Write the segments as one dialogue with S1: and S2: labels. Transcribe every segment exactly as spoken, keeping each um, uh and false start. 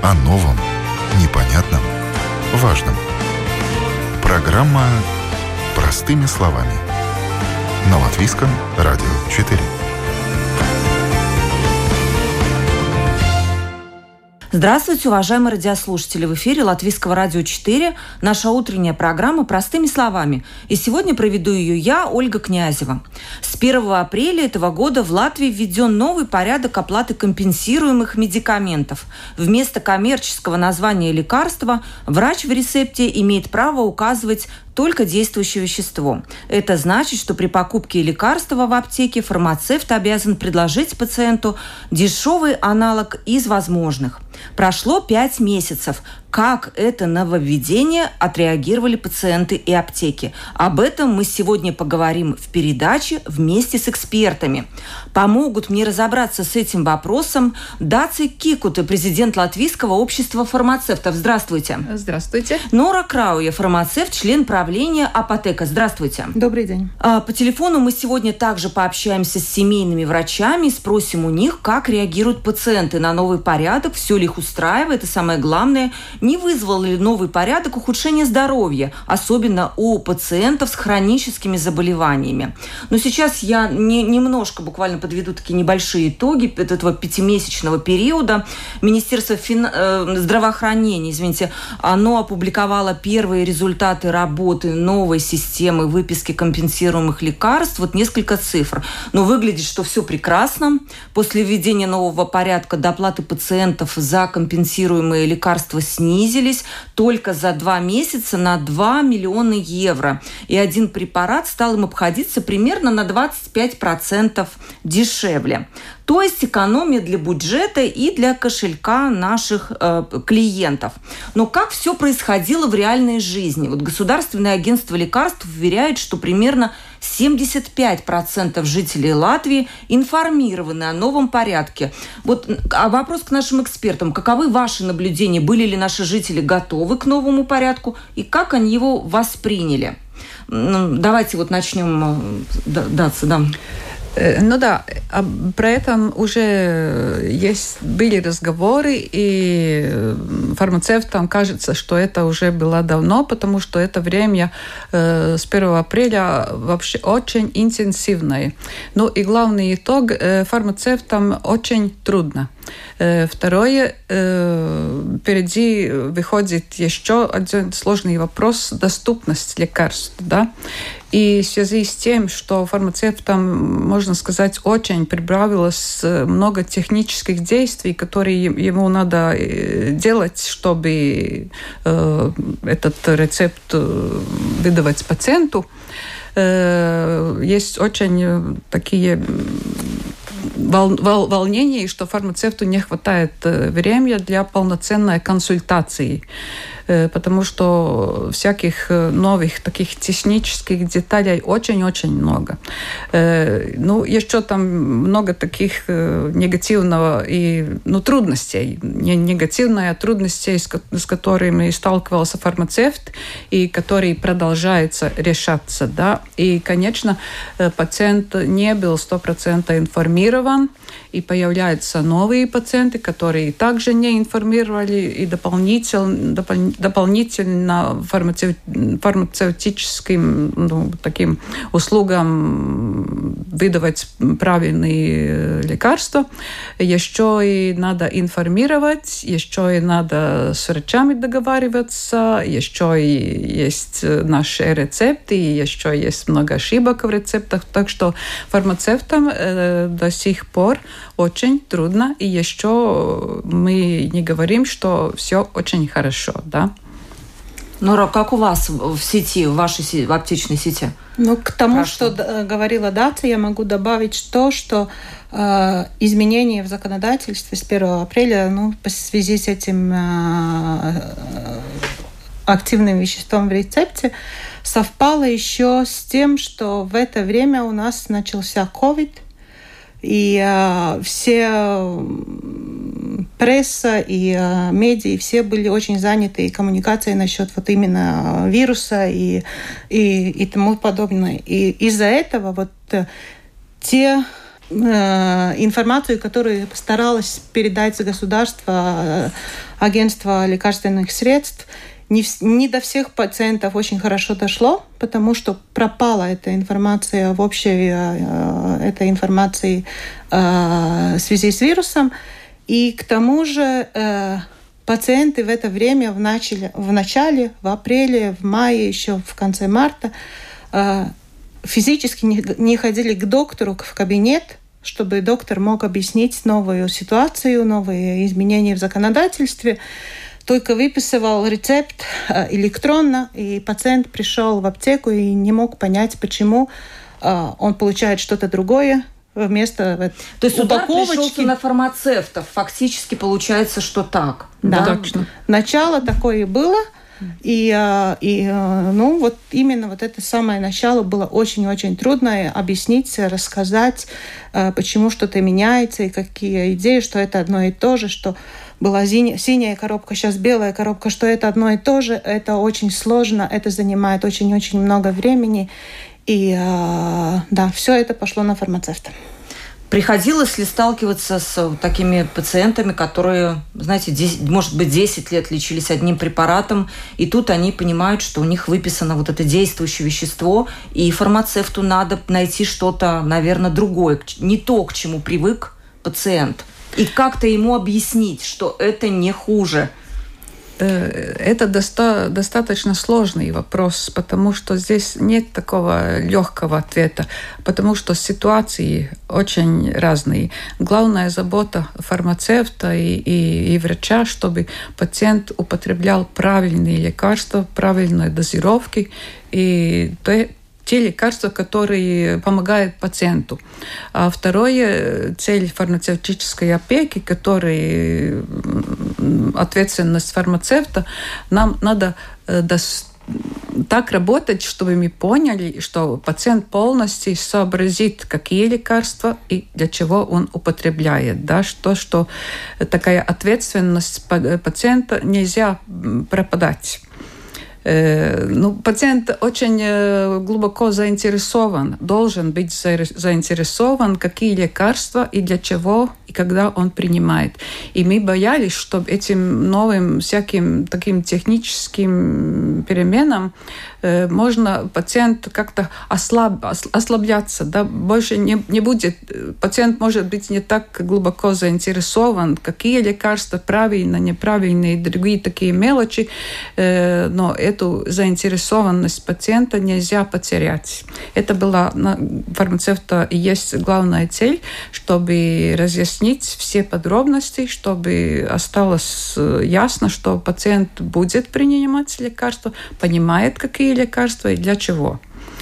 S1: О новом, непонятном, важном. Программа «Простыми словами» на Латвийском радио четыре.
S2: Здравствуйте, уважаемые радиослушатели! В эфире Латвийского радио четыре, наша утренняя программа «Простыми словами». И сегодня проведу ее я, Ольга Князева. С первого апреля этого года в Латвии введен новый порядок оплаты компенсируемых медикаментов. Вместо коммерческого названия лекарства врач в рецепте имеет право указывать только действующее вещество. Это значит, что при покупке лекарства в аптеке фармацевт обязан предложить пациенту дешевый аналог из возможных. Прошло пять месяцев. Как это нововведение отреагировали пациенты и аптеки? Об этом мы сегодня поговорим в передаче вместе с экспертами. Помогут мне разобраться с этим вопросом Даци Кикуте, президент Латвийского общества фармацевтов. Здравствуйте.
S3: Здравствуйте.
S2: Нора Крауя, фармацевт, член правления Апотека. Здравствуйте.
S3: Добрый день.
S2: По телефону мы сегодня также пообщаемся с семейными врачами и спросим у них, как реагируют пациенты на новый порядок, все ли их устраивает и, самое главное, не вызвал ли новый порядок ухудшения здоровья, особенно у пациентов с хроническими заболеваниями. Но сейчас я не, немножко буквально подведу такие небольшие итоги этого пятимесячного периода. Министерство фин... э, здравоохранения, извините, оно опубликовало первые результаты работы новой системы выписки компенсируемых лекарств. Вот несколько цифр. Но выглядит, что все прекрасно. После введения нового порядка доплаты пациентов за компенсируемые лекарства снизились. снизились только за два месяца на два миллиона евро. И один препарат стал им обходиться примерно на двадцать пять процентов дешевле. То есть экономия для бюджета и для кошелька наших э, клиентов. Но как все происходило в реальной жизни? Вот Государственное агентство лекарств уверяет, что примерно семьдесят пять процентов жителей Латвии информированы о новом порядке. Вот а вопрос к нашим экспертам. Каковы ваши наблюдения? Были ли наши жители готовы к новому порядку? И как они его восприняли? Давайте вот начнем. Даться, да.
S3: Ну да, про это уже есть, были разговоры, и фармацевтам кажется, что это уже было давно, потому что это время э, с первого апреля вообще очень интенсивное. Ну и главный итог, э, фармацевтам очень трудно. Э, второе, э, впереди выходит еще один сложный вопрос – доступность лекарств, да? И в связи с тем, что фармацевтам, можно сказать, очень прибавилось много технических действий, которые ему надо делать, чтобы э, этот рецепт выдавать пациенту, э, есть очень такие вол, вол, волнения, что фармацевту не хватает времени для полноценной консультации. Потому что всяких новых таких технических деталей очень-очень много. Ну, еще там много таких негативного и, ну, трудностей. Не негативных, а трудностей, с которыми сталкивался фармацевт, и которые продолжаются решаться, да. И, конечно, пациент не был сто процентов информирован, и появляются новые пациенты, которые также не информировали, и дополнительно, допол- дополнительно фармацев... фармацевтическим ну, таким услугам выдавать правильные лекарства. Еще и надо информировать, еще и надо с врачами договариваться, еще и есть наши рецепты, и еще есть много ошибок в рецептах. Так что фармацевтам э, до сих пор очень трудно, и еще мы не говорим, что все очень хорошо, да.
S2: Нора, как у вас в сети, в вашей в аптечной сети?
S4: Ну, к тому,
S2: Прошло.
S4: что говорила Даци, я могу добавить то, что э, изменения в законодательстве с первого апреля, ну, в связи с этим э, активным веществом в рецепте, совпало еще с тем, что в это время у нас начался ковид, и э, все пресса и э, медиа, все были очень заняты и коммуникацией насчет вот именно вируса и, и, и тому подобное. И из-за этого вот э, те э, информацию, которую постаралось передать государство агентства лекарственных средств. Не, в, не до всех пациентов очень хорошо дошло, потому что пропала эта информация в общей э, этой информации э, в связи с вирусом. И к тому же э, пациенты в это время в, начале, в начале, в апреле, в мае, еще в конце марта э, физически не, не ходили к доктору в кабинет, чтобы доктор мог объяснить новую ситуацию, новые изменения в законодательстве. Только выписывал рецепт электронно, и пациент пришел в аптеку и не мог понять, почему он получает что-то другое вместо
S2: То есть
S4: упаковочки.
S2: Удар пришелся на фармацевтов. Фактически получается, что так.
S4: Да,
S3: да? Точно.
S4: Начало такое и было. И, и ну, вот именно вот это самое начало было очень-очень трудно объяснить, рассказать, почему что-то меняется, и какие идеи, что это одно и то же, что была синяя коробка, сейчас белая коробка, что это одно и то же. Это очень сложно, это занимает очень-очень много времени. И да, все это пошло на фармацевта.
S2: Приходилось ли сталкиваться с такими пациентами, которые, знаете, десять, может быть, десять лет лечились одним препаратом, и тут они понимают, что у них выписано вот это действующее вещество, и фармацевту надо найти что-то, наверное, другое, не то, к чему привык пациент, и как-то ему объяснить, что это не хуже?
S3: Это доста- достаточно сложный вопрос, потому что здесь нет такого легкого ответа, потому что ситуации очень разные. Главная забота фармацевта и, и, и врача, чтобы пациент употреблял правильные лекарства, правильные дозировки, и то, те лекарства, которые помогают пациенту. А второе, цель фармацевтической опеки, который ответственность фармацевта, нам надо дос- так работать, чтобы мы поняли, что пациент полностью сообразит, какие лекарства и для чего он употребляет. Да? Что, что такая ответственность пациента нельзя пропадать. Ну, пациент очень глубоко заинтересован, должен быть заинтересован, какие лекарства и для чего, и когда он принимает. И мы боялись, что этим новым всяким таким техническим переменам э, можно пациент как-то ослаб, ослабляться, да, больше не, не будет, пациент может быть не так глубоко заинтересован, какие лекарства правильно, неправильные, другие такие мелочи, э, но эту заинтересованность пациента нельзя потерять. Это была фармацевта и есть главная цель, чтобы разъяснить все подробности, чтобы осталось ясно, что пациент будет принимать лекарства, понимает, какие лекарства и для чего.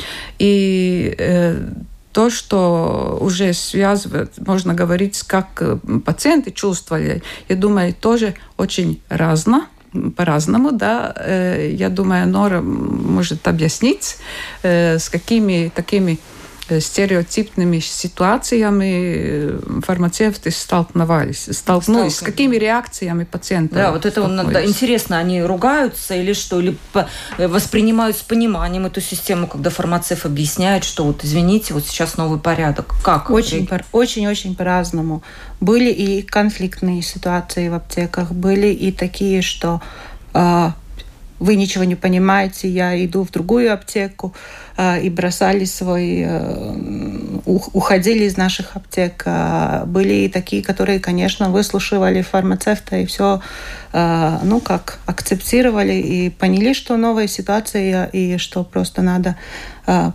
S3: И э, то, что уже связывает, можно говорить, как пациенты чувствовали, я думаю, тоже очень разно. По-разному, да. Я думаю, Нора может объяснить, с какими такими стереотипными ситуациями фармацевты столкнулись, столкнулись, с какими реакциями пациентов.
S2: Да, вот это да, интересно, они ругаются или что, или воспринимают с пониманием эту систему, когда фармацевт объясняет, что вот, извините, вот сейчас новый порядок. Как?
S4: Очень-очень по-разному. Были и конфликтные ситуации в аптеках, были и такие, что э, вы ничего не понимаете, я иду в другую аптеку, э, и бросали свой, э, уходили из наших аптек. Э, были и такие, которые, конечно, выслушивали фармацевта и все, э, ну, как акцептировали и поняли, что новая ситуация и что просто надо э,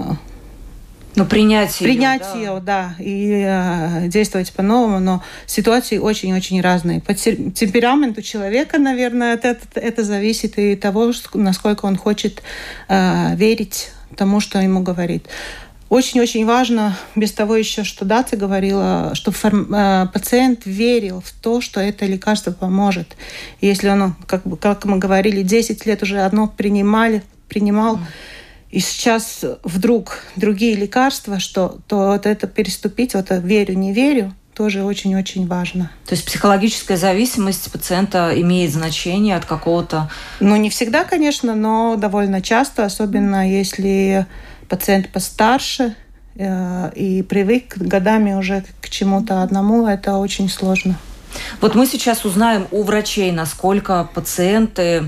S2: Ну, принять ее,
S4: принять
S2: да.
S4: ее, да, и э, действовать по-новому, но ситуации очень-очень разные. По темпераменту человека, наверное, это, это зависит и от того, насколько он хочет э, верить тому, что ему говорит. Очень-очень важно, без того еще, что Даци говорила, чтобы фарм, э, пациент верил в то, что это лекарство поможет. И если он, как, бы, как мы говорили, десять лет уже одно принимали, принимал, mm. и сейчас вдруг другие лекарства, что, то вот это переступить, вот это верю, не верю, тоже очень-очень важно.
S2: То есть психологическая зависимость пациента имеет значение от какого-то...
S4: Ну, не всегда, конечно, но довольно часто, особенно если пациент постарше э, и привык годами уже к чему-то одному, это очень сложно.
S2: Вот мы сейчас узнаем у врачей, насколько пациенты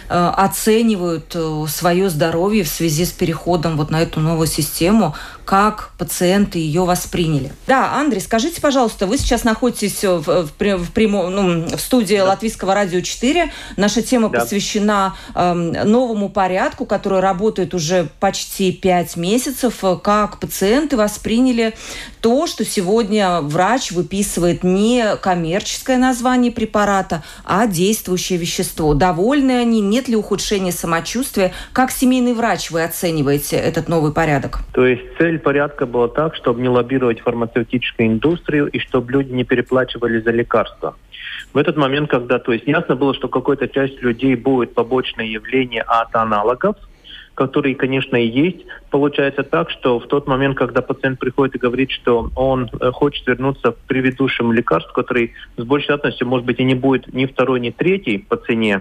S2: оценивают свое здоровье в связи с переходом вот на эту новую систему, как пациенты ее восприняли. Да, Андрей, скажите, пожалуйста, вы сейчас находитесь в, в, в, прямо, ну, в студии да. Латвийского радио четыре. Наша тема да. посвящена э, новому порядку, который работает уже почти пять месяцев. Как пациенты восприняли то, что сегодня врач выписывает не коммерческое название препарата, а действующее вещество. Довольны они? Нет ли ухудшения самочувствия? Как семейный врач вы оцениваете этот новый порядок?
S5: То есть цель порядка была так, чтобы не лоббировать фармацевтическую индустрию и чтобы люди не переплачивали за лекарства. В этот момент, когда, то есть ясно было, что какая-то часть людей будет побочное явление от аналогов, которые, конечно, и есть. Получается так, что в тот момент, когда пациент приходит и говорит, что он хочет вернуться к предыдущему лекарству, который с большей вероятностью, может быть, и не будет ни второй, ни третий по цене,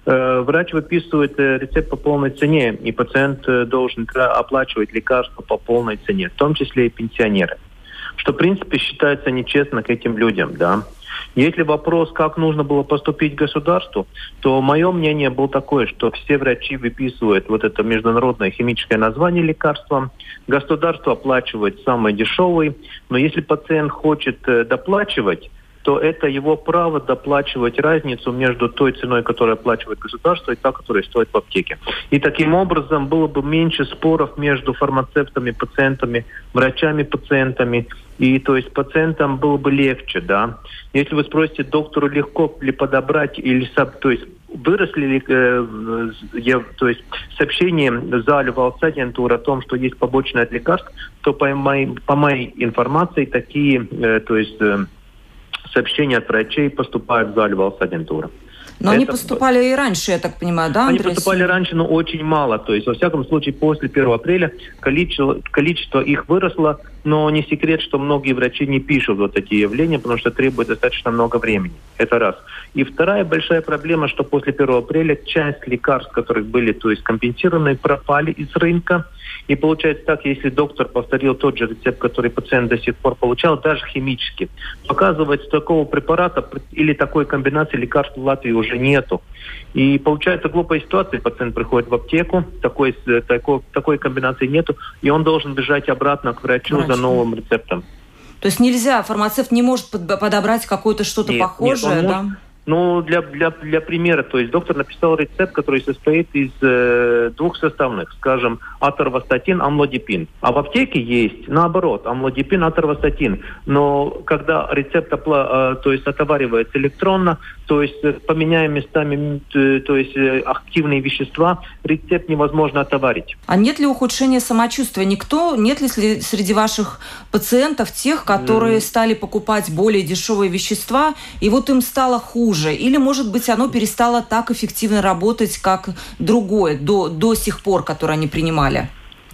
S5: врач выписывает рецепт по полной цене, и пациент должен оплачивать лекарства по полной цене, в том числе и пенсионеры. Что, в принципе, считается нечестно к этим людям, да. Если вопрос, как нужно было поступить государству, то мое мнение было такое, что все врачи выписывают вот это международное химическое название лекарства, государство оплачивает самый дешевый, но если пациент хочет доплачивать, то это его право доплачивать разницу между той ценой, которую оплачивает государство, и та, которая стоит в аптеке. И таким образом было бы меньше споров между фармацевтами, пациентами, врачами, пациентами. И то есть пациентам было бы легче, да. Если вы спросите, доктору легко ли подобрать, или то есть выросли ли э, э, то есть сообщение в зале Валсагентура о том, что есть побочное от лекарств, то по моей, по моей информации такие, э, то есть э, сообщения от врачей поступают в зале Валсагентура.
S2: Но это... они поступали и раньше, я так понимаю, да, Андрей?
S5: Они поступали раньше, но очень мало. То есть, во всяком случае, после первого апреля количество, количество их выросло, но не секрет, что многие врачи не пишут вот эти явления, потому что требует достаточно много времени. Это раз. И вторая большая проблема, что после первого апреля часть лекарств, которые были, то есть компенсированы, пропали из рынка. И получается так, если доктор повторил тот же рецепт, который пациент до сих пор получал, даже химически, оказывается, такого препарата или такой комбинации лекарств в Латвии уже нету. И получается глупая ситуация, пациент приходит в аптеку, такой, такой, такой комбинации нету, и он должен бежать обратно к врачу Врач. за новым рецептом.
S2: То есть нельзя, фармацевт не может подобрать какое-то что-то нет, похожее, нет, да? Может...
S5: Ну, для, для, для примера, то есть доктор написал рецепт, который состоит из э, двух составных, скажем, аторвастатин, амлодипин. А в аптеке есть, наоборот, амлодипин, аторвастатин. Но когда рецепт опла- э, то есть отоваривается электронно, то есть э, поменяя местами э, то есть, э, активные вещества, рецепт невозможно отоварить.
S2: А нет ли ухудшения самочувствия? Никто, нет ли среди ваших пациентов тех, которые mm. стали покупать более дешевые вещества, и вот им стало хуже? Или, может быть, оно перестало так эффективно работать, как другое, до, до сих пор, которое они принимали?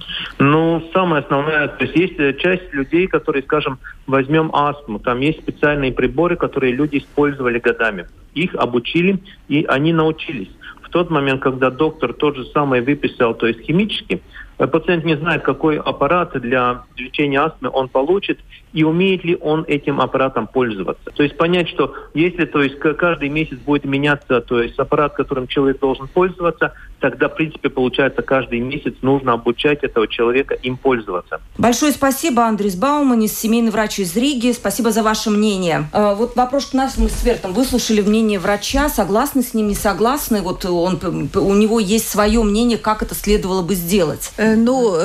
S5: Ну, самое основное, то есть есть часть людей, которые, скажем, возьмем астму, там есть специальные приборы, которые люди использовали годами. Их обучили, и они научились. В тот момент, когда доктор тот же самый выписал, то есть химически, пациент не знает, какой аппарат для лечения астмы он получит и умеет ли он этим аппаратом пользоваться. То есть понять, что если то есть, каждый месяц будет меняться то есть, аппарат, которым человек должен пользоваться, тогда, в принципе, получается, каждый месяц нужно обучать этого человека им пользоваться.
S2: Большое спасибо, Андрис Бауманис, семейный врач из Риги. Спасибо за ваше мнение. Вот вопрос к нашим экспертам. Выслушали мнение врача, согласны с ним, не согласны? Вот он, у него есть свое мнение, как это следовало бы сделать.
S3: Ну,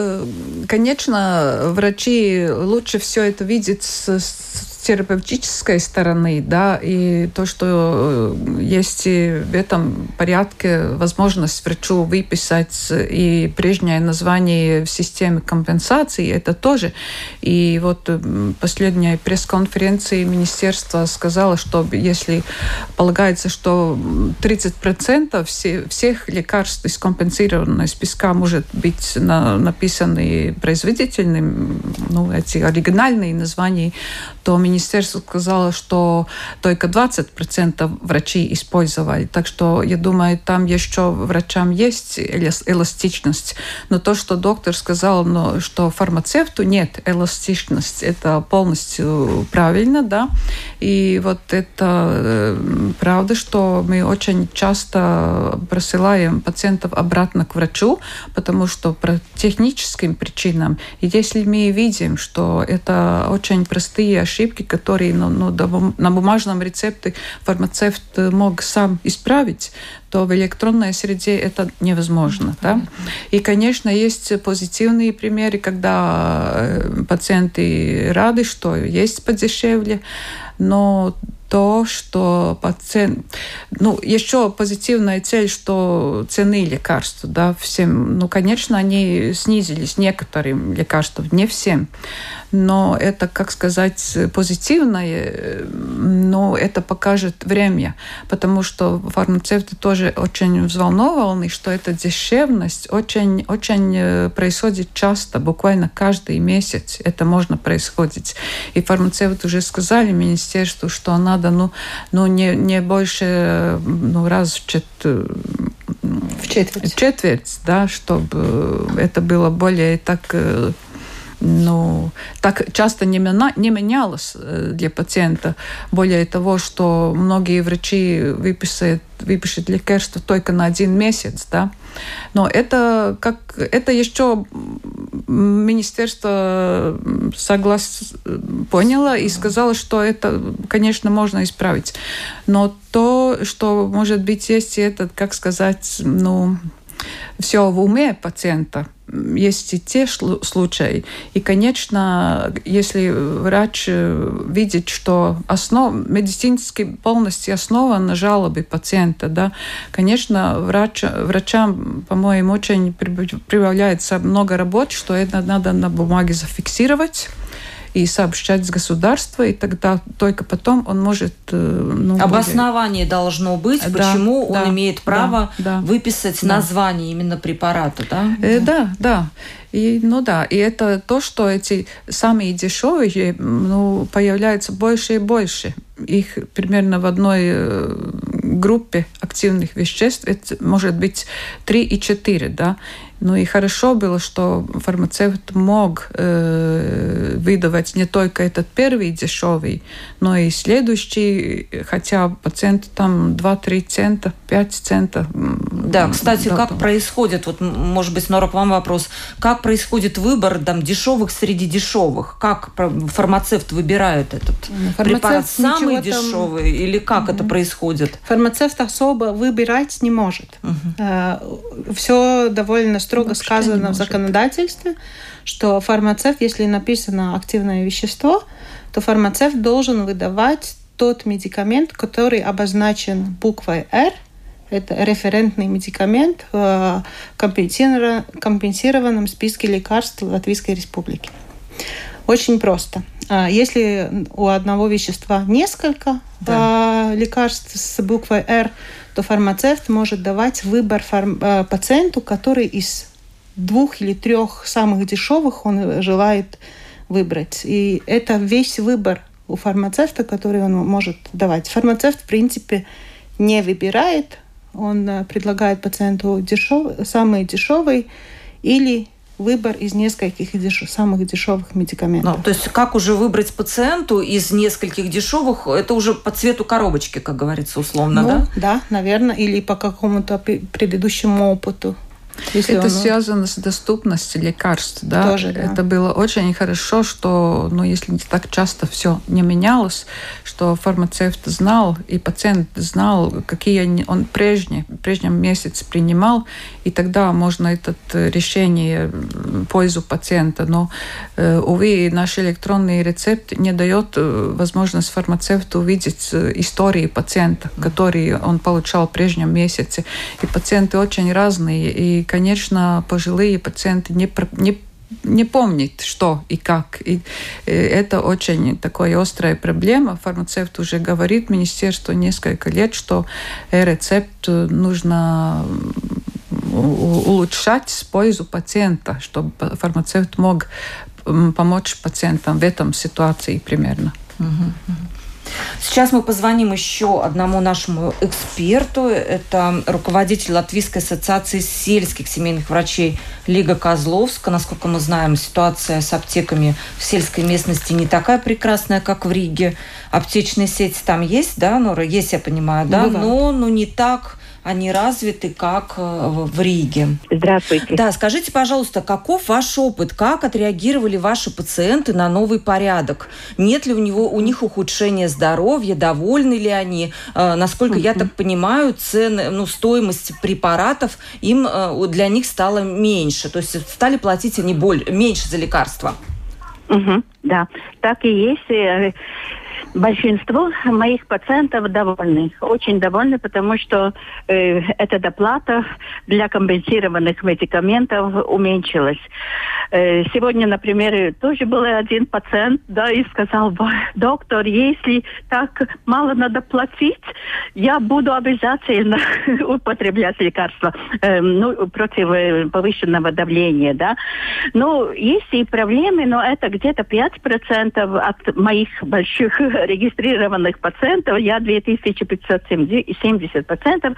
S3: конечно, врачи лучше все это видят с, с терапевтической стороны, да, и то, что есть в этом порядке возможность врачу выписать и прежнее название в системе компенсации, это тоже. И вот последняя пресс-конференция министерства сказала, что если полагается, что тридцать процентов все, всех лекарств из компенсированного списка может быть на, написаны производительным, ну, эти оригинальные названия, то министерство сказало, что только двадцать процентов врачей использовали. Так что, я думаю, там еще врачам есть эластичность. Но то, что доктор сказал, но, что фармацевту нет эластичности, это полностью правильно, да. И вот это правда, что мы очень часто присылаем пациентов обратно к врачу, потому что по техническим причинам, и если мы видим, что это очень простые ошибки, которые ну, ну, на бумажном рецепте фармацевт мог сам исправить, то в электронной среде это невозможно. Да? И, конечно, есть позитивные примеры, когда пациенты рады, что есть подешевле, но то, что пациент... Ну, еще позитивная цель, что цены лекарств, да, всем... Ну, конечно, они снизились некоторым лекарствам, не всем. Но это, как сказать, позитивное, но это покажет время, потому что фармацевты тоже очень взволнованы, что эта дешевность очень, очень происходит часто, буквально каждый месяц это можно происходить. И фармацевты уже сказали министерству, что надо ну, ну, не, не больше ну, раз в четверть,
S4: в четверть.
S3: четверть, да, чтобы это было более так... Ну, так часто не, мена, не менялось для пациента. Более того, что многие врачи выписывают, выпишут лекарства только на один месяц, да. Но это, как, это еще министерство соглас... поняло и сказало, что это, конечно, можно исправить. Но то, что, может быть, есть это, как сказать, ну, все в уме пациента. Есть и те случаи. И, конечно, если врач видит, что основ, медицински полностью основан на жалобе пациента, да, конечно, врач, врачам, по-моему, очень прибавляется много работы, что это надо на бумаге зафиксировать и сообщать с государства, и тогда только потом он может... Ну,
S2: обоснование более... должно быть, да, почему да, он имеет право
S3: да,
S2: выписать
S3: да.
S2: название именно препарата, да?
S3: Э, да, да. И, ну да, и это то, что эти самые дешевые ну, появляются больше и больше. Их примерно в одной группе активных веществ это может быть три и четыре, да. Ну и хорошо было, что фармацевт мог э, выдавать не только этот первый дешевый, но и следующий, хотя пациент там два-три цента, пять центов.
S2: Да, кстати, да, как да. происходит, вот, может быть, Нора, к вам вопрос, как происходит выбор там, дешевых среди дешевых? Как фармацевт выбирает этот фармацевт препарат? Самый дешевый там... или как угу. это происходит?
S4: Фармацевт особо выбирать не может. Угу. Все довольно строго Вообще сказано в законодательстве, что фармацевт, если написано активное вещество, то фармацевт должен выдавать тот медикамент, который обозначен буквой «Р». Это референтный медикамент в компенсированном списке лекарств Латвийской Республики. Очень просто. Если у одного вещества несколько да. лекарств с буквой «Р», то фармацевт может давать выбор фарм... пациенту, который из двух или трех самых дешевых он желает выбрать. И это весь выбор у фармацевта, который он может давать. Фармацевт, в принципе, не выбирает. Он предлагает пациенту дешев... самый дешевый или выбор из нескольких деш... самых дешевых медикаментов.
S2: Ну, то есть как уже выбрать пациенту из нескольких дешевых, это уже по цвету коробочки, как говорится, условно,
S4: ну,
S2: да?
S4: Да, наверное, или по какому-то предыдущему опыту.
S3: Если это он... связано с доступностью лекарств, да?
S4: Тоже, да.
S3: Это было очень хорошо, что, ну, если так часто все не менялось, что фармацевт знал и пациент знал, какие он прежние, в прежнем месяце принимал, и тогда можно это решение в пользу пациента. Но, увы, наш электронный рецепт не дает возможность фармацевту увидеть истории пациента, которые он получал в прежнем месяце. И пациенты очень разные, и конечно, пожилые пациенты не, не, не помнят, что и как. И это очень такая острая проблема. Фармацевт уже говорит министерству несколько лет, что рецепт нужно улучшать в пользу пациента, чтобы фармацевт мог помочь пациентам в этом ситуации примерно.
S2: Сейчас мы позвоним еще одному нашему эксперту. Это руководитель Латвийской ассоциации сельских семейных врачей Лига Козловска. Насколько мы знаем, ситуация с аптеками в сельской местности не такая прекрасная, как в Риге. Аптечные сети там есть, да, Нора? Есть, я понимаю, да,
S6: ну, да.
S2: но, но не так они развиты, как в Риге.
S6: Здравствуйте.
S2: Да, скажите, пожалуйста, каков ваш опыт? Как отреагировали ваши пациенты на новый порядок? Нет ли у, него, у них ухудшения здоровья? Довольны ли они? Насколько uh-huh. я так понимаю, цены, ну, стоимость препаратов им, для них стала меньше. То есть стали платить они боль, меньше за лекарства.
S6: Uh-huh. Да, так и есть. Большинство моих пациентов довольны, очень довольны, потому что э, эта доплата для компенсированных медикаментов уменьшилась. Э, сегодня, например, тоже был один пациент, да, и сказал: доктор, если так мало надо платить, я буду обязательно употреблять лекарства э, ну, против повышенного давления, да. Ну, есть и проблемы, но это где-то пять процентов от моих больших регистрированных пациентов, я две тысячи пятьсот семьдесят пациентов.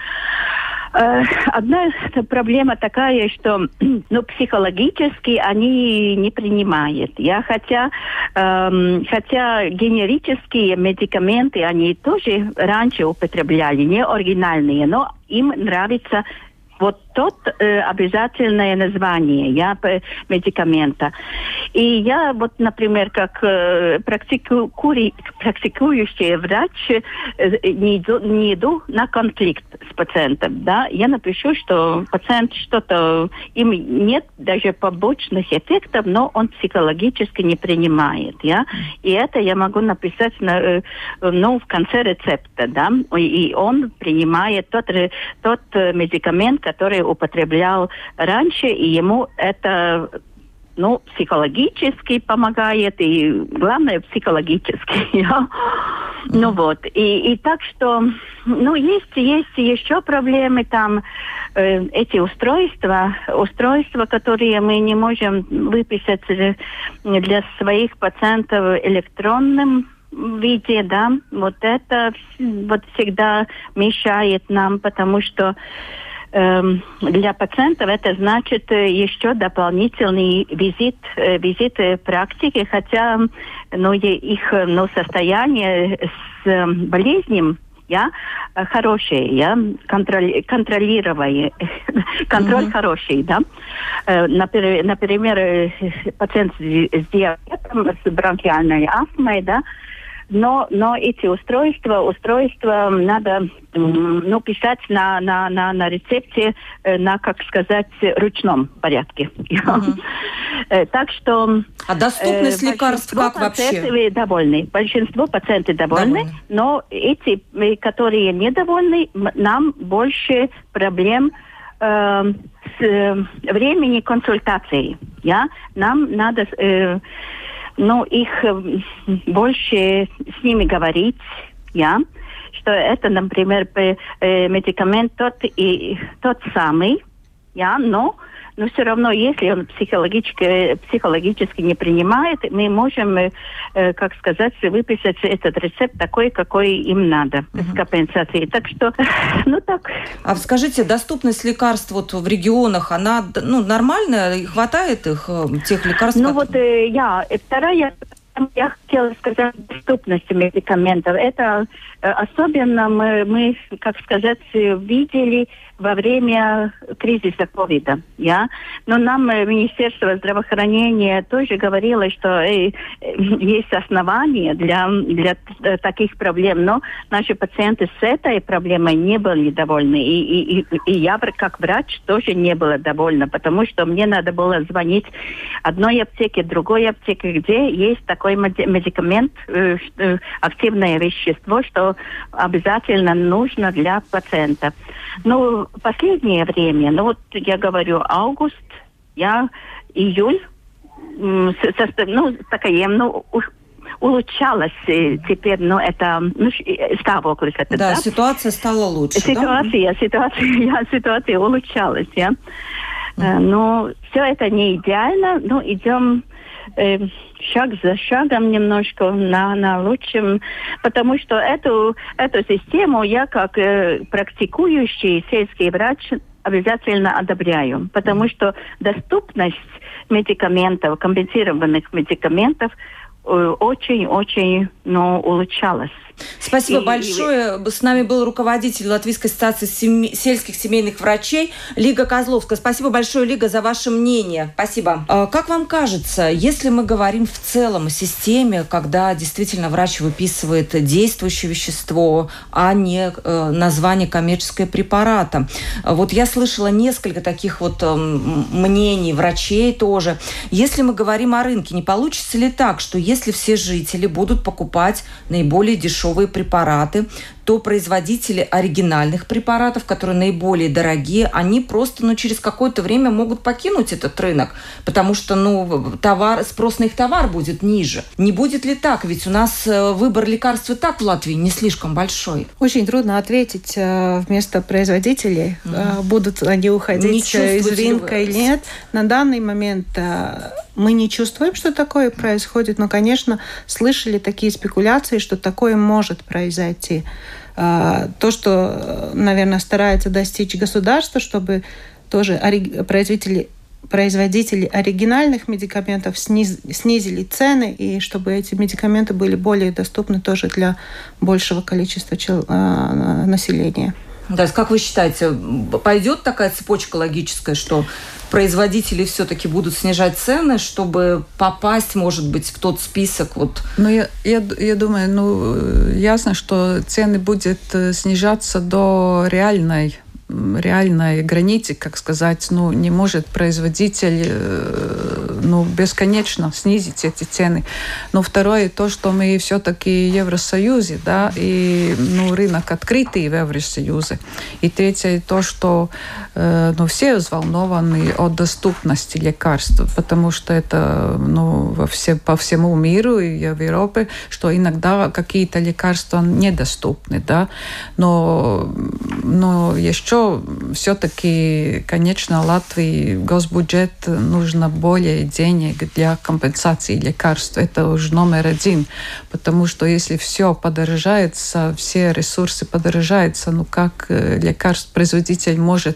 S6: Одна проблема такая, что ну, психологически они не принимают. Я, хотя, эм, хотя генерические медикаменты они тоже раньше употребляли, не оригинальные, но им нравится вот тот э, обязательное название, я, медикамента. И я вот, например, как э, практику, кури, практикующий врач э, не, иду, не иду на конфликт с пациентом, да. Я напишу, что пациент что-то, им нет даже побочных эффектов, но он психологически не принимает, я. И это я могу написать на, э, ну, в конце рецепта, да. И он принимает тот, тот медикамент, который употреблял раньше, и ему это, ну, психологически помогает, и главное, психологически. Yeah. Ну вот, и, и так что, ну, есть, есть еще проблемы там, э, эти устройства, устройства, которые мы не можем выписать для своих пациентов электронным виде, да, вот это вот всегда мешает нам, потому что для пациентов это значит еще дополнительный визит, визит практики, хотя ну, их ну, состояние с болезнью я, хорошее, я контроль, контролируемое, контроль mm-hmm. хороший, да. Например, например, пациент с диабетом, с бронхиальной астмой, да, Но, но эти устройства, устройства надо ну, писать на, на, на, на рецепте на, как сказать, ручном порядке. Uh-huh. Так что...
S2: А доступность лекарств как вообще?
S6: Довольны. Большинство пациентов довольны, довольны, но эти, которые недовольны, нам больше проблем э, с времени консультации. Ja? Нам надо... Э, Ну, их больше с ними говорить, я, что это, например, медикамент тот и тот самый, я, но, но все равно, если он психологически, психологически не принимает, мы можем, как сказать, выписать этот рецепт такой, какой им надо, uh-huh. с компенсацией. Так что, ну так.
S2: А скажите, доступность лекарств вот в регионах, она ну, нормальная? Хватает их, тех лекарств?
S6: Ну вот, э, я, вторая... Я хотела сказать доступность медикаментов. Это э, особенно мы, мы, как сказать, видели во время кризиса ковида. Ja? Но нам э, Министерство здравоохранения тоже говорило, что э, э, есть основания для, для э, таких проблем. Но наши пациенты с этой проблемой не были довольны. И, и, и, и я, как врач, тоже не была довольна, потому что мне надо было звонить одной аптеке, другой аптеке, где есть такой медикамент, э, э, активное вещество, что обязательно нужно для пациента. Ну, в последнее время, ну вот я говорю, август, я, июль, м, со, со, ну, такая, ну, улучшалась теперь, ну, это, ну, ставоклик это,
S2: да?
S6: Да,
S2: ситуация стала лучше,
S6: ситуация,
S2: да?
S6: Ситуация, ситуация улучшалась, я. Mm-hmm. Но все это не идеально, но идем э, шаг за шагом немножко на, на лучшем, потому что эту, эту систему я как э, практикующий сельский врач обязательно одобряю, потому что доступность медикаментов, компенсированных медикаментов очень-очень, ну, улучшалась.
S2: Спасибо
S6: и,
S2: большое.
S6: И...
S2: С нами был руководитель Латвийской ассоциации семи... сельских семейных врачей Лига Козловская. Спасибо большое, Лига, за ваше мнение. Спасибо. Как вам кажется, если мы говорим в целом о системе, когда действительно врач выписывает действующее вещество, а не название коммерческого препарата? Вот я слышала несколько таких вот мнений врачей тоже. Если мы говорим о рынке, не получится ли так, что если все жители будут покупать наиболее дешевые препараты, то производители оригинальных препаратов, которые наиболее дорогие, они просто ну, через какое-то время могут покинуть этот рынок, потому что ну, товар, спрос на их товар будет ниже. Не будет ли так? Ведь у нас выбор лекарств и так в Латвии не слишком большой.
S4: Очень трудно ответить вместо производителей. Mm-hmm. Будут они уходить из рынка или нет. На данный момент мы не чувствуем, что такое происходит, но, конечно, слышали такие спекуляции, что такое может произойти. То, что, наверное, старается достичь государство, чтобы тоже производители, производители оригинальных медикаментов сниз, снизили цены, и чтобы эти медикаменты были более доступны тоже для большего количества чел, населения.
S2: То есть, как вы считаете, пойдет такая цепочка логическая, что производители все-таки будут снижать цены, чтобы попасть, может быть, в тот список? Вот.
S3: Ну, я, я, я думаю, ну, ясно, что цены будут снижаться до реальной реальной границы, как сказать, ну, не может производитель ну, бесконечно снизить эти цены. Но второе, то, что мы все-таки в Евросоюзе, да, и ну, рынок открытый в Евросоюзе. И третье, то, что э, ну, все взволнованы о доступности лекарств, потому что это ну, во все, по всему миру и в Европе, что иногда какие-то лекарства недоступны, да, но, но еще все-таки, конечно, Латвии госбюджет нужно более денег для компенсации лекарств. Это уже номер один. Потому что если все подорожается, все ресурсы подорожаются, ну как лекарств производитель может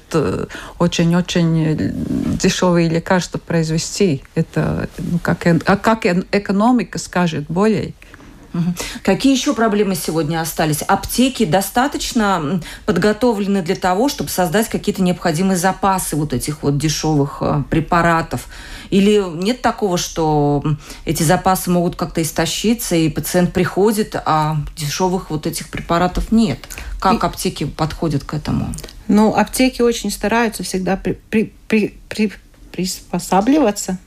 S3: очень-очень дешевые лекарства произвести? Это ну, как, а как экономика скажет более?
S2: Какие еще проблемы сегодня остались? Аптеки достаточно подготовлены для того, чтобы создать какие-то необходимые запасы вот этих вот дешевых препаратов? Или нет такого, что эти запасы могут как-то истощиться, и пациент приходит, а дешевых вот этих препаратов нет? Как и... аптеки подходят к этому?
S4: Ну, аптеки очень стараются всегда при, при, при, при, приспосабливаться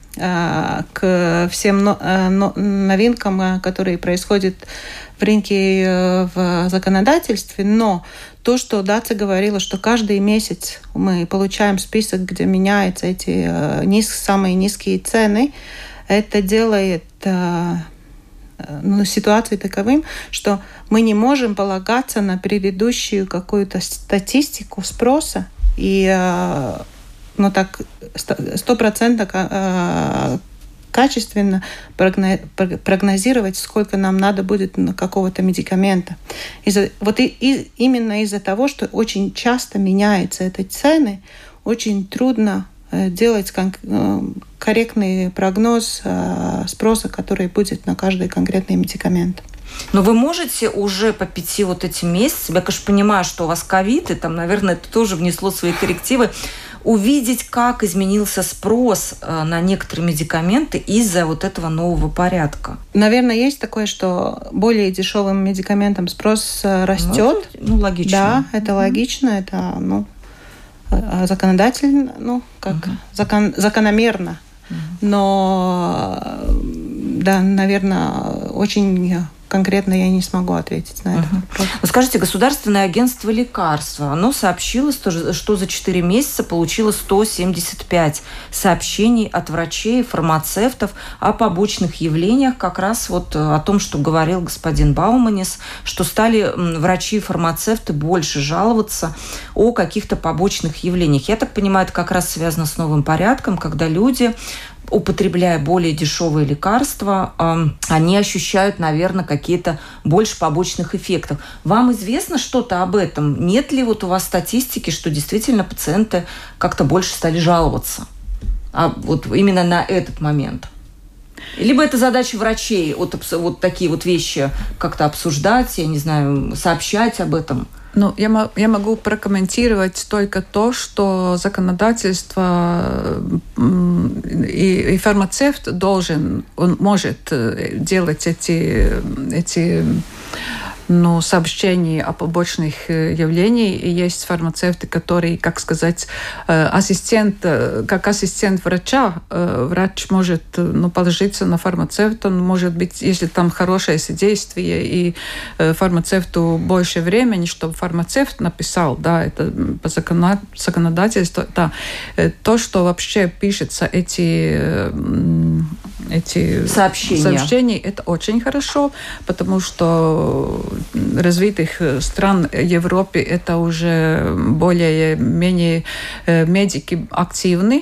S4: к всем новинкам, которые происходят в рынке, в законодательстве. Но то, что Даца говорила, что каждый месяц мы получаем список, где меняются эти низ, самые низкие цены, это делает ну, ситуацию таковым, что мы не можем полагаться на предыдущую какую-то статистику спроса и но так стопроцентно качественно прогнозировать, сколько нам надо будет на какого-то медикамента. Из-за, вот и, и, именно из-за того, что очень часто меняются эти цены, очень трудно делать кон- корректный прогноз спроса, который будет на каждый конкретный медикамент.
S2: Но вы можете уже по пяти вот этим месяцам, я, конечно, понимаю, что у вас ковид, и там, наверное, это тоже внесло свои коррективы, увидеть, как изменился спрос на некоторые медикаменты из-за вот этого нового порядка? Наверное,
S4: есть такое, что более дешевым медикаментам спрос растет.
S2: Ну, ну логично.
S4: Да, это mm-hmm. логично, это ну, законодательно, ну, как mm-hmm. закон, закономерно. Mm-hmm. Но, да, наверное, очень... Конкретно я не смогу ответить на это.
S2: Uh-huh. Ну, скажите, Государственное агентство лекарств, оно сообщило, что за четыре месяца получило сто семьдесят пять сообщений от врачей и фармацевтов о побочных явлениях, как раз вот о том, что говорил господин Бауманис, что стали врачи и фармацевты больше жаловаться о каких-то побочных явлениях. Я так понимаю, это как раз связано с новым порядком, когда люди употребляя более дешевые лекарства, они ощущают, наверное, какие-то больше побочных эффектов. Вам известно что-то об этом? Нет ли вот у вас статистики, что действительно пациенты как-то больше стали жаловаться? А вот именно на этот момент? Либо это задача врачей, вот, вот такие вот вещи как-то обсуждать, я не знаю, сообщать об этом?
S3: Ну, я, я могу прокомментировать только то, что законодательство и, и фармацевт должен, он может делать эти, эти ну, сообщения о побочных явлениях. И есть фармацевты, которые, как сказать, ассистент, как ассистент врача, врач может ну, положиться на фармацевта. Может быть, если там хорошее содействие и фармацевту больше времени, чтобы фармацевт написал, да, это по законодательству, да, то, что вообще пишется эти, эти сообщения. сообщения, это очень хорошо, потому что развитых стран Европы это уже более-менее медики активны.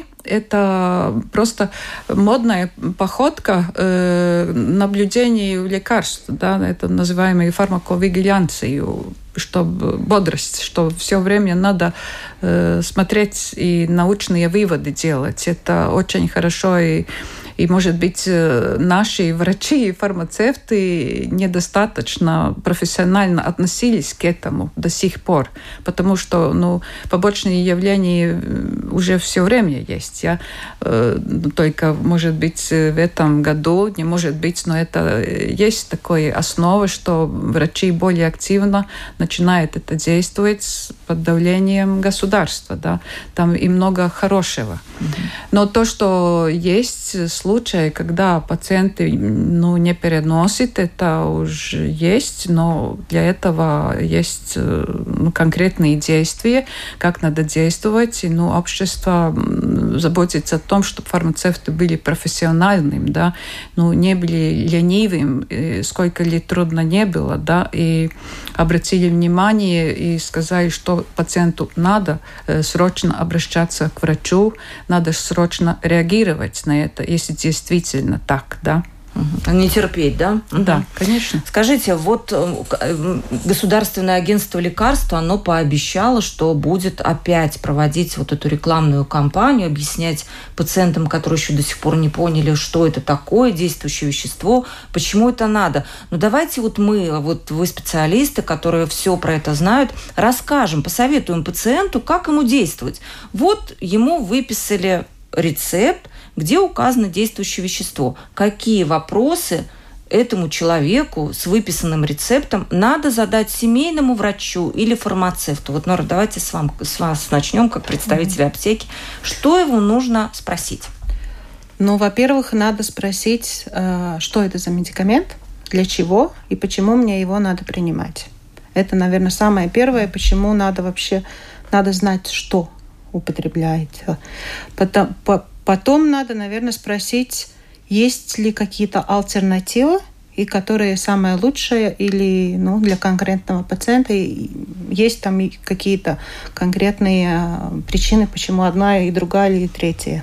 S3: Это просто модная походка э, наблюдению лекарств, да, это называемую фармаковигиляцию, чтобы бодрость, что все время надо э, смотреть и научные выводы делать. Это очень хорошо и И, может быть, наши врачи и фармацевты недостаточно профессионально относились к этому до сих пор, потому что ну, побочные явления уже все время есть. Я, э, только, может быть, в этом году, не может быть, но это есть такая основа, что врачи более активно начинают это действовать под давлением государства. Да? Там и много хорошего. Mm-hmm. Но то, что есть случаи, когда пациенты ну, не переносят, это уже есть, но для этого есть ну, конкретные действия, как надо действовать. И, ну, общество заботится о том, чтобы фармацевты были профессиональными, да, ну, не были ленивыми, сколько ли трудно не было, да, и обратили внимание и сказали, что пациенту надо срочно обращаться к врачу, надо срочно реагировать на это, если действительно так, да.
S2: Угу. Не терпеть, да?
S3: Да, угу. Конечно.
S2: Скажите, вот Государственное агентство лекарств, оно пообещало, что будет опять проводить вот эту рекламную кампанию, объяснять пациентам, которые еще до сих пор не поняли, что это такое, действующее вещество, почему это надо. Но давайте вот мы, вот вы специалисты, которые все про это знают, расскажем, посоветуем пациенту, как ему действовать. Вот ему выписали рецепт, где указано действующее вещество. Какие вопросы этому человеку с выписанным рецептом надо задать семейному врачу или фармацевту? Вот, Нора, давайте с, вам, с вас начнем, как представители mm-hmm. аптеки. Что его нужно спросить?
S4: Ну, во-первых, надо спросить, что это за медикамент, для чего и почему мне его надо принимать. Это, наверное, самое первое, почему надо вообще надо знать, что употребляете. Потом, по, потом надо, наверное, спросить, есть ли какие-то альтернативы, и которые самые лучшие, или ну, для конкретного пациента есть там какие-то конкретные причины, почему одна и другая, или третья.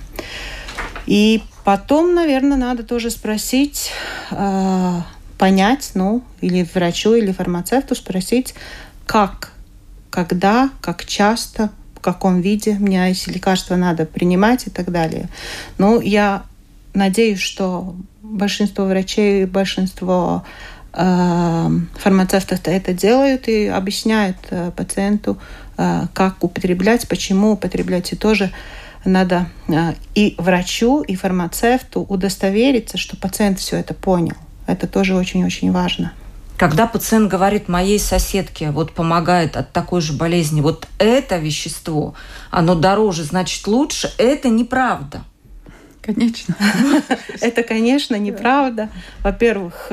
S4: И потом, наверное, надо тоже спросить, э, понять, ну, или врачу, или фармацевту спросить, как, когда, как часто, в каком виде мне эти лекарства надо принимать и так далее. Ну, я надеюсь, что большинство врачей и большинство э, фармацевтов это делают и объясняют э, пациенту, э, как употреблять, почему употреблять. И тоже надо э, и врачу, и фармацевту удостовериться, что пациент все это понял. Это тоже очень-очень важно.
S2: Когда пациент говорит моей соседке, вот помогает от такой же болезни, вот это вещество, оно дороже, значит лучше, это неправда.
S3: Конечно.
S4: Это, конечно, неправда. Во-первых,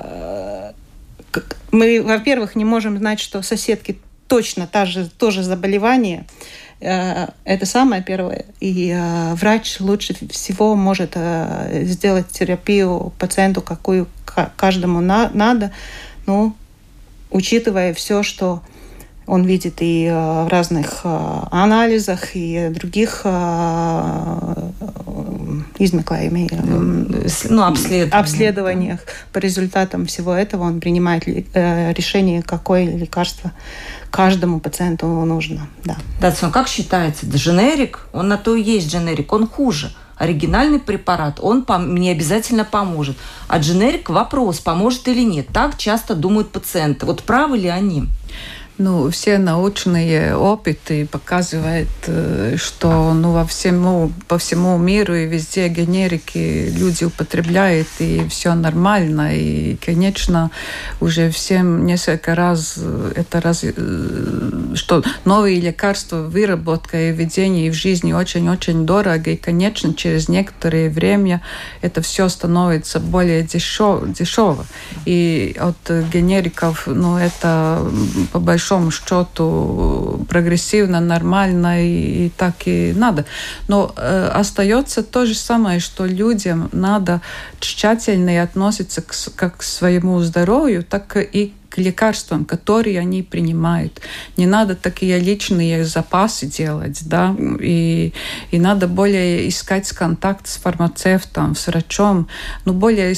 S4: мы, во-первых, не можем знать, что соседки точно та же, то же заболевание. Это самое первое. И врач лучше всего может сделать терапию пациенту, какую каждому надо, ну, учитывая все, что он видит и в разных анализах, и других измеклаемые,
S2: ну, обследования.
S4: обследованиях. По результатам всего этого он принимает э, решение, какое лекарство каждому пациенту нужно. Да.
S2: Да, как считается, дженерик, он на то и есть дженерик, он хуже. Оригинальный препарат, он мне обязательно поможет. А дженерик – вопрос, поможет или нет. Так часто думают пациенты. Вот правы ли они?
S3: Ну, все научные опыты показывают, что ну, во всему, по всему миру и везде генерики люди употребляют, и все нормально. И, конечно, уже всем несколько раз это раз, что новые лекарства, выработка и введение в жизни очень-очень дорого. И, конечно, через некоторое время это все становится более дешево. дешево. И от генериков, ну, это по большому большому счету прогрессивно, нормально и, и так и надо. Но э, остается то же самое, что людям надо тщательно относиться к, как к своему здоровью, так и к лекарствам, которые они принимают. Не надо такие личные запасы делать, да, и, и надо более искать контакт с фармацевтом, с врачом, ну, более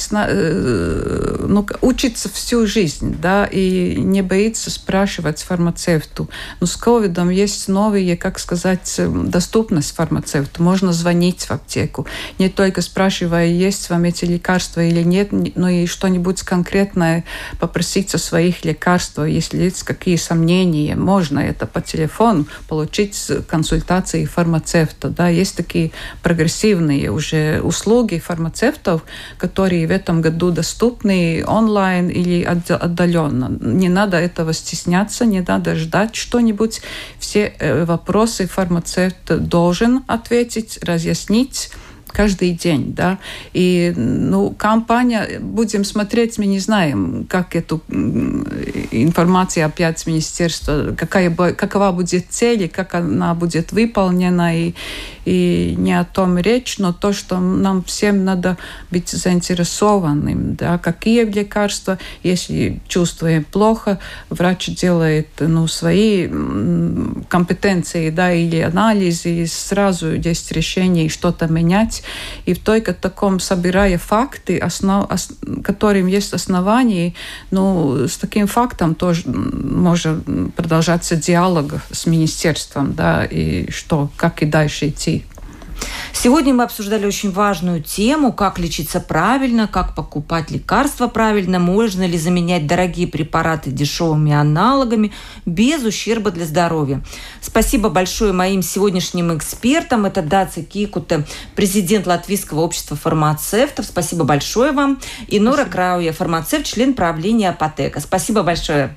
S3: ну, учиться всю жизнь, да, и не боиться спрашивать фармацевту. Но с ковидом есть новые, как сказать, доступность фармацевту. Можно звонить в аптеку, не только спрашивая, есть вам эти лекарства или нет, но и что-нибудь конкретное попросить о своих их лекарства, если есть какие сомнения, можно это по телефону получить консультации фармацевта. Да. Есть такие прогрессивные уже услуги фармацевтов, которые в этом году доступны онлайн или отдаленно. Не надо этого стесняться, не надо ждать что-нибудь. Все вопросы фармацевт должен ответить, разъяснить каждый день, да, и, ну, компания, будем смотреть, мы не знаем, как эту информацию опять с министерства, какая, какова будет цель, и как она будет выполнена, и, и не о том речь, но то, что нам всем надо быть заинтересованным, да, какие лекарства, если чувствуем плохо, врач делает, ну, свои компетенции, да, или анализы, и сразу есть решение что-то менять. И в только таком, собирая факты, основ, ос, которым есть основания, ну, с таким фактом тоже может продолжаться диалог с министерством, да, и что, как и дальше идти.
S2: Сегодня мы обсуждали очень важную тему, как лечиться правильно, как покупать лекарства правильно, можно ли заменять дорогие препараты дешевыми аналогами без ущерба для здоровья. Спасибо большое моим сегодняшним экспертам. Это Даци Кикуте, президент Латвийского общества фармацевтов. Спасибо большое вам. И Нора Крауя, фармацевт, член правления Апотека. Спасибо большое.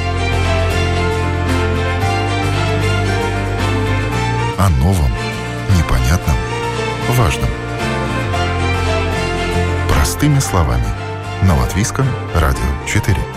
S1: О новом, непонятном, важном. Простыми словами. На Латвийском радио четыре.